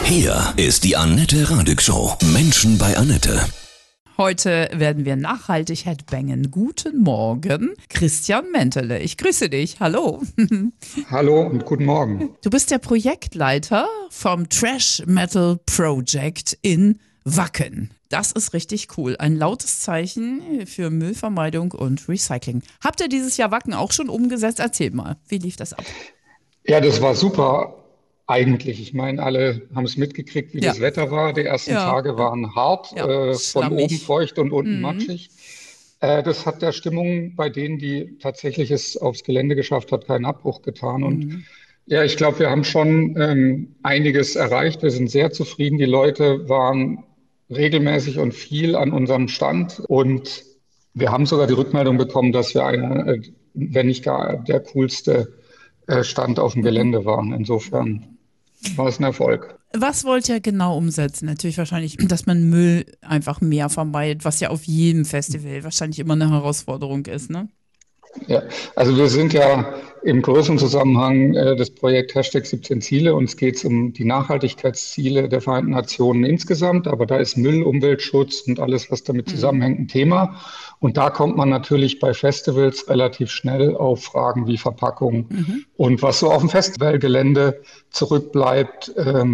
Hier ist die Annette Radig Show. Menschen bei Annette. Heute werden wir nachhaltig headbangen. Guten Morgen, Christian Mentele. Ich grüße dich. Hallo. Hallo und guten Morgen. Du bist der Projektleiter vom Trash Metal Project in Wacken. Das ist richtig cool. Ein lautes Zeichen für Müllvermeidung und Recycling. Habt ihr dieses Jahr Wacken auch schon umgesetzt? Erzähl mal, wie lief das ab? Ja, das war super eigentlich. Ich meine, alle haben es mitgekriegt, wie das Wetter war. Die ersten Tage waren hart, von oben feucht und unten matschig. Das hat der Stimmung bei denen, die tatsächlich es aufs Gelände geschafft hat, keinen Abbruch getan. Und ja, ich glaube, wir haben schon einiges erreicht. Wir sind sehr zufrieden. Die Leute waren regelmäßig und viel an unserem Stand. Und wir haben sogar die Rückmeldung bekommen, dass wir einer, wenn nicht gar der coolste Stand auf dem Gelände waren. Insofern war es ein Erfolg. Was wollt ihr genau umsetzen? Natürlich wahrscheinlich, dass man Müll einfach mehr vermeidet, was ja auf jedem Festival wahrscheinlich immer eine Herausforderung ist, ne? Ja, also wir sind ja im größeren Zusammenhang des Projekt Hashtag 17 Ziele. Uns geht es um die Nachhaltigkeitsziele der Vereinten Nationen insgesamt, aber da ist Müll, Umweltschutz und alles, was damit zusammenhängt, ein Thema. Und da kommt man natürlich bei Festivals relativ schnell auf Fragen wie Verpackung und was so auf dem Festivalgelände zurückbleibt.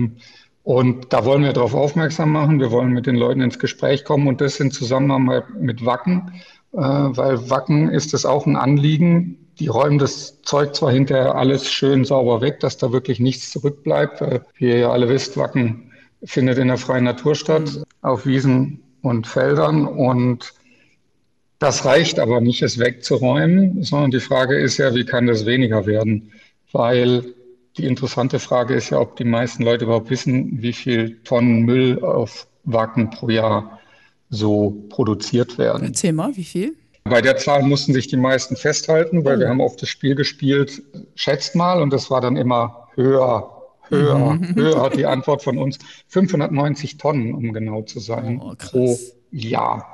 Und da wollen wir darauf aufmerksam machen. Wir wollen mit den Leuten ins Gespräch kommen und das in Zusammenarbeit mit Wacken. Weil Wacken ist es auch ein Anliegen. Die räumen das Zeug zwar hinterher alles schön sauber weg, dass da wirklich nichts zurückbleibt. Weil, wie ihr ja alle wisst, Wacken findet in der freien Natur statt, auf Wiesen und Feldern. Und das reicht aber nicht, es wegzuräumen, sondern die Frage ist ja, wie kann das weniger werden? Weil die interessante Frage ist ja, ob die meisten Leute überhaupt wissen, wie viel Tonnen Müll auf Wacken pro Jahr so produziert werden. Erzähl mal, wie viel? Bei der Zahl mussten sich die meisten festhalten, weil wir haben oft das Spiel gespielt, schätzt mal, und das war dann immer höher, höher, die Antwort von uns. 590 Tonnen, um genau zu sein, pro Jahr.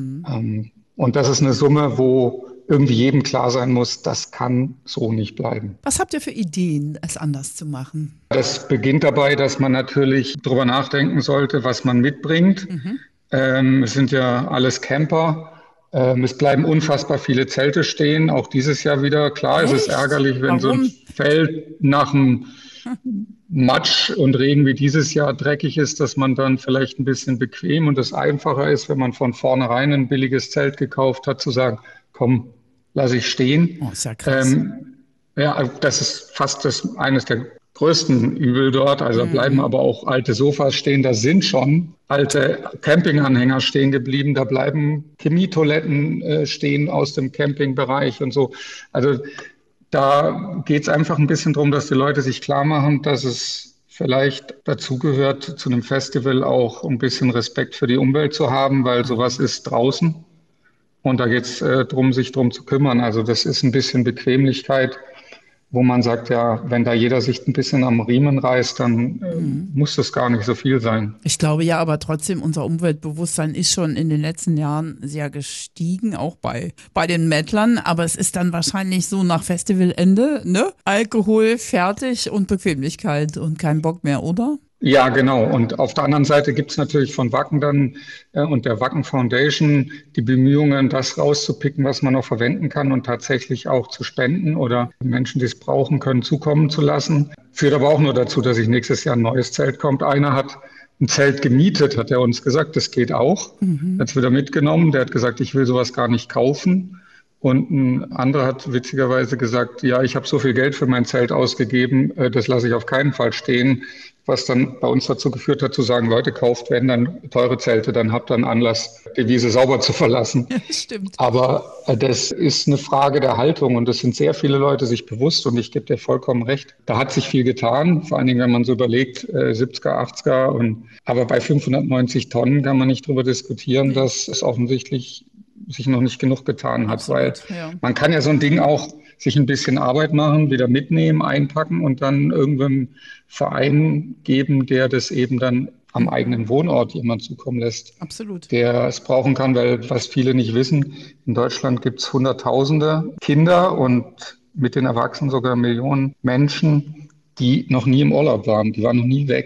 Und das ist eine Summe, wo irgendwie jedem klar sein muss, das kann so nicht bleiben. Was habt ihr für Ideen, es anders zu machen? Das beginnt dabei, dass man natürlich drüber nachdenken sollte, was man mitbringt. Es sind ja alles Camper. Es bleiben unfassbar viele Zelte stehen, auch dieses Jahr wieder. Klar, es ist ärgerlich, wenn so ein Feld nach dem Matsch und Regen wie dieses Jahr dreckig ist, dass man dann vielleicht ein bisschen bequem und es einfacher ist, wenn man von vornherein ein billiges Zelt gekauft hat, zu sagen, komm, lass ich stehen. Oh, ist ja krass. Ja, das ist fast eines der größten Übel dort. Also da bleiben aber auch alte Sofas stehen. Da sind schon alte Campinganhänger stehen geblieben. Da bleiben Chemietoiletten stehen aus dem Campingbereich und so. Also da geht es einfach ein bisschen darum, dass die Leute sich klar machen, dass es vielleicht dazugehört, zu einem Festival auch ein bisschen Respekt für die Umwelt zu haben, weil sowas ist draußen. Und da geht es darum, sich drum zu kümmern. Also das ist ein bisschen Bequemlichkeit, wo man sagt, ja, wenn da jeder sich ein bisschen am Riemen reißt, dann muss das gar nicht so viel sein. Ich glaube ja, aber trotzdem, unser Umweltbewusstsein ist schon in den letzten Jahren sehr gestiegen, auch bei den Mettlern. Aber es ist dann wahrscheinlich so nach Festivalende, ne? Alkohol fertig und Bequemlichkeit und kein Bock mehr, oder? Ja, genau. Und auf der anderen Seite gibt es natürlich von Wacken dann und der Wacken Foundation die Bemühungen, das rauszupicken, was man noch verwenden kann und tatsächlich auch zu spenden oder Menschen, die es brauchen können, zukommen zu lassen. Führt aber auch nur dazu, dass sich nächstes Jahr ein neues Zelt kommt. Einer hat ein Zelt gemietet, hat er uns gesagt, das geht auch. Hat es wieder mitgenommen. Der hat gesagt, ich will sowas gar nicht kaufen. Und ein anderer hat witzigerweise gesagt, ja, ich habe so viel Geld für mein Zelt ausgegeben, das lasse ich auf keinen Fall stehen. Was dann bei uns dazu geführt hat, zu sagen, Leute, kauft, wenn dann teure Zelte, dann habt ihr einen Anlass, die Wiese sauber zu verlassen. Ja, stimmt. Aber das ist eine Frage der Haltung und das sind sehr viele Leute sich bewusst und ich gebe dir vollkommen recht. Da hat sich viel getan, vor allen Dingen, wenn man so überlegt, 70er, 80er. Aber bei 590 Tonnen kann man nicht drüber diskutieren, dass es offensichtlich sich noch nicht genug getan hat. Absolut, weil man kann ja so ein Ding auch sich ein bisschen Arbeit machen, wieder mitnehmen, einpacken und dann irgendeinem Verein geben, der das eben dann am eigenen Wohnort jemand zukommen lässt. Absolut. Der es brauchen kann, weil was viele nicht wissen, in Deutschland gibt es Hunderttausende Kinder und mit den Erwachsenen sogar Millionen Menschen, die noch nie im Urlaub waren, die waren noch nie weg.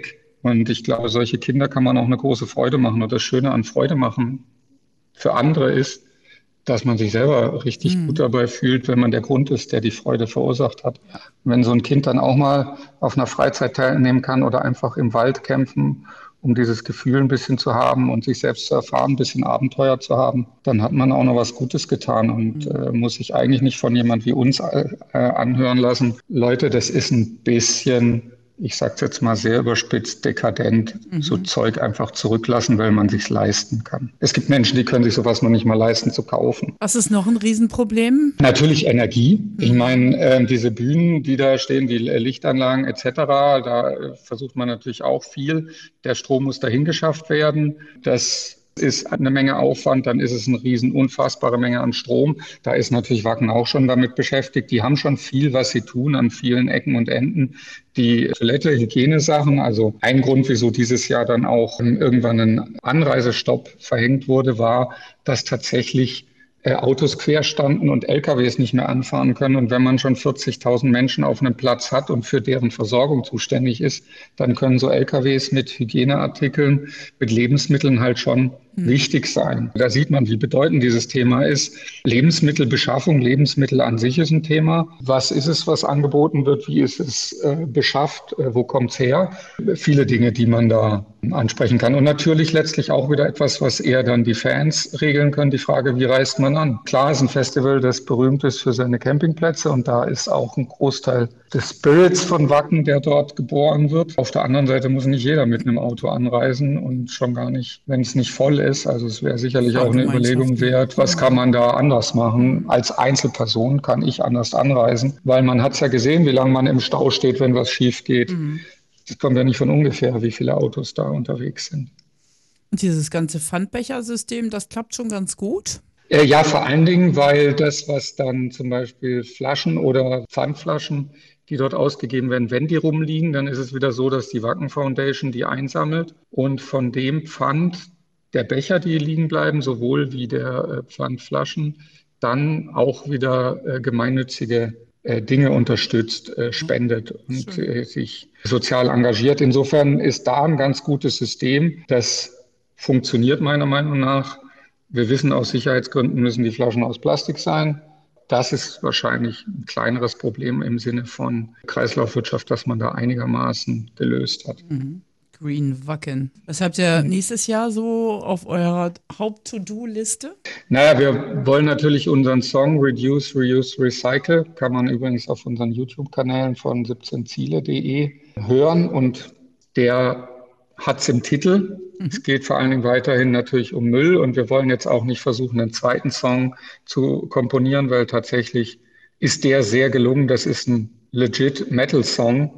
Und ich glaube, solche Kinder kann man auch eine große Freude machen. Und das Schöne an Freude machen für andere ist, dass man sich selber richtig gut dabei fühlt, wenn man der Grund ist, der die Freude verursacht hat. Und wenn so ein Kind dann auch mal auf einer Freizeit teilnehmen kann oder einfach im Wald kämpfen, um dieses Gefühl ein bisschen zu haben und sich selbst zu erfahren, ein bisschen Abenteuer zu haben, dann hat man auch noch was Gutes getan und muss sich eigentlich nicht von jemand wie uns anhören lassen. Leute, das ist ein bisschen, ich sage es jetzt mal sehr überspitzt, dekadent, so Zeug einfach zurücklassen, weil man sich's leisten kann. Es gibt Menschen, die können sich sowas noch nicht mal leisten zu kaufen. Was ist noch ein Riesenproblem? Natürlich Energie. Ich meine, diese Bühnen, die da stehen, die Lichtanlagen etc., da versucht man natürlich auch viel. Der Strom muss dahin geschafft werden. Das ist eine Menge Aufwand, dann ist es eine unfassbare Menge an Strom. Da ist natürlich Wacken auch schon damit beschäftigt. Die haben schon viel, was sie tun an vielen Ecken und Enden. Die Toilette, Hygienesachen, also ein Grund, wieso dieses Jahr dann auch irgendwann ein Anreisestopp verhängt wurde, war, dass tatsächlich Autos quer standen und LKWs nicht mehr anfahren können. Und wenn man schon 40.000 Menschen auf einem Platz hat und für deren Versorgung zuständig ist, dann können so LKWs mit Hygieneartikeln, mit Lebensmitteln halt schon wichtig sein. Da sieht man, wie bedeutend dieses Thema ist. Lebensmittelbeschaffung, Lebensmittel an sich ist ein Thema. Was ist es, was angeboten wird? Wie ist es beschafft? Wo kommt es her? Viele Dinge, die man da ansprechen kann. Und natürlich letztlich auch wieder etwas, was eher dann die Fans regeln können. Die Frage, wie reist man an? Klar ist ein Festival, das berühmt ist für seine Campingplätze und da ist auch ein Großteil des Spirits von Wacken, der dort geboren wird. Auf der anderen Seite muss nicht jeder mit einem Auto anreisen und schon gar nicht, wenn es nicht voll ist. Also es wäre sicherlich auch eine Überlegung wert, was kann man da anders machen? Als Einzelperson kann ich anders anreisen, weil man hat es ja gesehen, wie lange man im Stau steht, wenn was schief geht. Das kommt ja nicht von ungefähr, wie viele Autos da unterwegs sind. Und dieses ganze Pfandbechersystem, das klappt schon ganz gut. Ja, vor allen Dingen, weil das, was dann zum Beispiel Flaschen oder Pfandflaschen, die dort ausgegeben werden, wenn die rumliegen, dann ist es wieder so, dass die Wacken Foundation die einsammelt und von dem Pfand der Becher, die liegen bleiben, sowohl wie der Pfandflaschen, dann auch wieder gemeinnützige Dinge unterstützt, spendet und sich sozial engagiert. Insofern ist da ein ganz gutes System. Das funktioniert meiner Meinung nach. Wir wissen, aus Sicherheitsgründen müssen die Flaschen aus Plastik sein. Das ist wahrscheinlich ein kleineres Problem im Sinne von Kreislaufwirtschaft, das man da einigermaßen gelöst hat. Green Wacken. Was habt ihr nächstes Jahr so auf eurer Haupt-To-Do-Liste? Naja, wir wollen natürlich unseren Song Reduce, Reuse, Recycle, kann man übrigens auf unseren YouTube-Kanälen von 17ziele.de hören und der hat es im Titel. Es geht vor allen Dingen weiterhin natürlich um Müll und wir wollen jetzt auch nicht versuchen, einen zweiten Song zu komponieren, weil tatsächlich ist der sehr gelungen. Das ist ein legit Metal-Song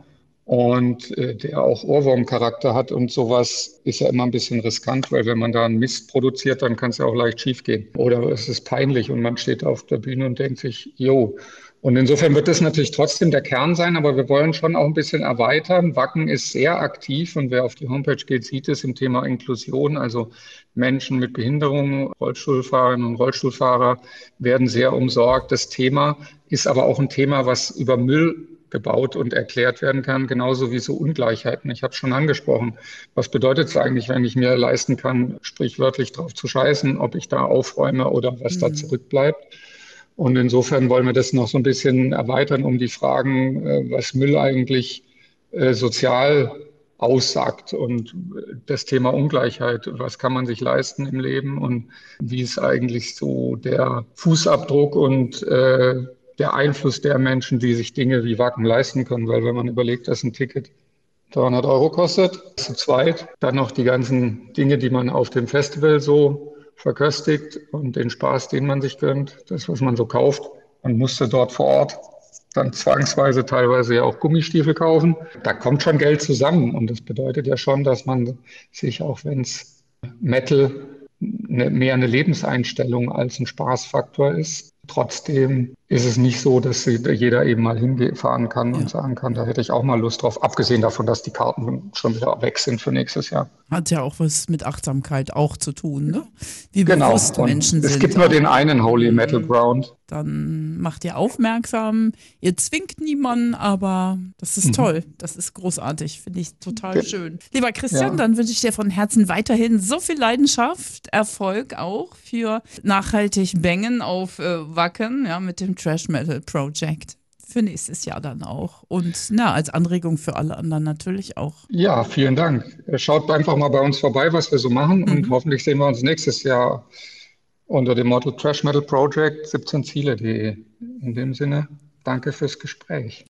und der auch Ohrwurm-Charakter hat und sowas ist ja immer ein bisschen riskant, weil wenn man da einen Mist produziert, dann kann es ja auch leicht schiefgehen. Oder es ist peinlich und man steht auf der Bühne und denkt sich, jo. Und insofern wird das natürlich trotzdem der Kern sein, aber wir wollen schon auch ein bisschen erweitern. Wacken ist sehr aktiv und wer auf die Homepage geht, sieht es im Thema Inklusion. Also Menschen mit Behinderungen, Rollstuhlfahrerinnen und Rollstuhlfahrer werden sehr umsorgt. Das Thema ist aber auch ein Thema, was über Müll gebaut und erklärt werden kann, genauso wie so Ungleichheiten. Ich habe es schon angesprochen. Was bedeutet es eigentlich, wenn ich mir leisten kann, sprichwörtlich drauf zu scheißen, ob ich da aufräume oder was da zurückbleibt? Und insofern wollen wir das noch so ein bisschen erweitern um die Fragen, was Müll eigentlich sozial aussagt und das Thema Ungleichheit. Was kann man sich leisten im Leben und wie ist eigentlich so der Fußabdruck und der Einfluss der Menschen, die sich Dinge wie Wacken leisten können? Weil wenn man überlegt, dass ein Ticket 300 € kostet, zu zweit, dann noch die ganzen Dinge, die man auf dem Festival so verköstigt und den Spaß, den man sich gönnt, das, was man so kauft. Man musste dort vor Ort dann zwangsweise teilweise ja auch Gummistiefel kaufen. Da kommt schon Geld zusammen und das bedeutet ja schon, dass man sich, auch wenn es Metal mehr eine Lebenseinstellung als ein Spaßfaktor ist, trotzdem ist es nicht so, dass jeder eben mal hinfahren kann Ja. und sagen kann, da hätte ich auch mal Lust drauf. Abgesehen davon, dass die Karten schon wieder weg sind für nächstes Jahr. Hat ja auch was mit Achtsamkeit auch zu tun, ne? Wie Genau. bewusst Und Menschen es sind. gibt nur Auch. den einen Holy Metal Ground. Dann macht ihr aufmerksam. Ihr zwingt niemanden, aber das ist toll. Das ist großartig. Finde ich total schön. Lieber Christian, Ja. dann wünsche ich dir von Herzen weiterhin so viel Leidenschaft, Erfolg auch für nachhaltig Bängen auf Wacken, ja, mit dem Thrash Metal Project. Für nächstes Jahr dann auch. Und als Anregung für alle anderen natürlich auch. Ja, vielen Dank. Schaut einfach mal bei uns vorbei, was wir so machen und hoffentlich sehen wir uns nächstes Jahr unter dem Motto Thrash Metal Project 17ziele.de. In dem Sinne, danke fürs Gespräch.